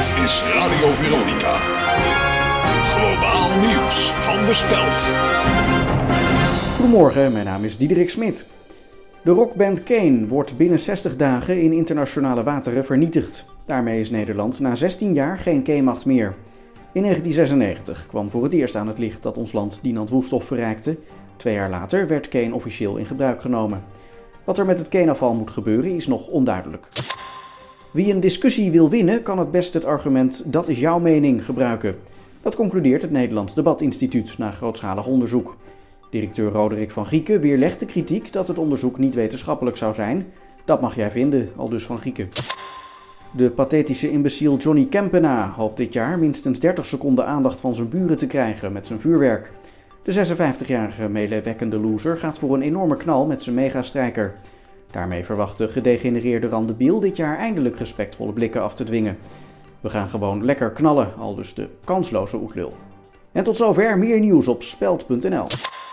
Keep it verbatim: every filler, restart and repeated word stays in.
Dit is Radio Veronica. Globaal nieuws van de Speld. Goedemorgen, mijn naam is Diederik Smit. De rockband Kane wordt binnen zestig dagen in internationale wateren vernietigd. Daarmee is Nederland na zestien jaar geen K-macht meer. In negentien zesennegentig kwam voor het eerst aan het licht dat ons land Dinant Woesthof verrijkte. Twee jaar later werd Kane officieel in gebruik genomen. Wat er met het Kane-afval moet gebeuren is nog onduidelijk. Wie een discussie wil winnen, kan het best het argument "dat is jouw mening" gebruiken. Dat concludeert het Nederlands Debatinstituut na grootschalig onderzoek. Directeur Roderick van Gieken weerlegt de kritiek dat het onderzoek niet wetenschappelijk zou zijn. Dat mag jij vinden, aldus Van Gieken. De pathetische imbeciel Johnny Kempena hoopt dit jaar minstens dertig seconden aandacht van zijn buren te krijgen met zijn vuurwerk. De zesenvijftigjarige meelewekkende loser gaat voor een enorme knal met zijn megastrijker. Daarmee verwacht de gedegenereerde randebiel dit jaar eindelijk respectvolle blikken af te dwingen. We gaan gewoon lekker knallen, aldus de kansloze oetlul. En tot zover, meer nieuws op speld punt n l.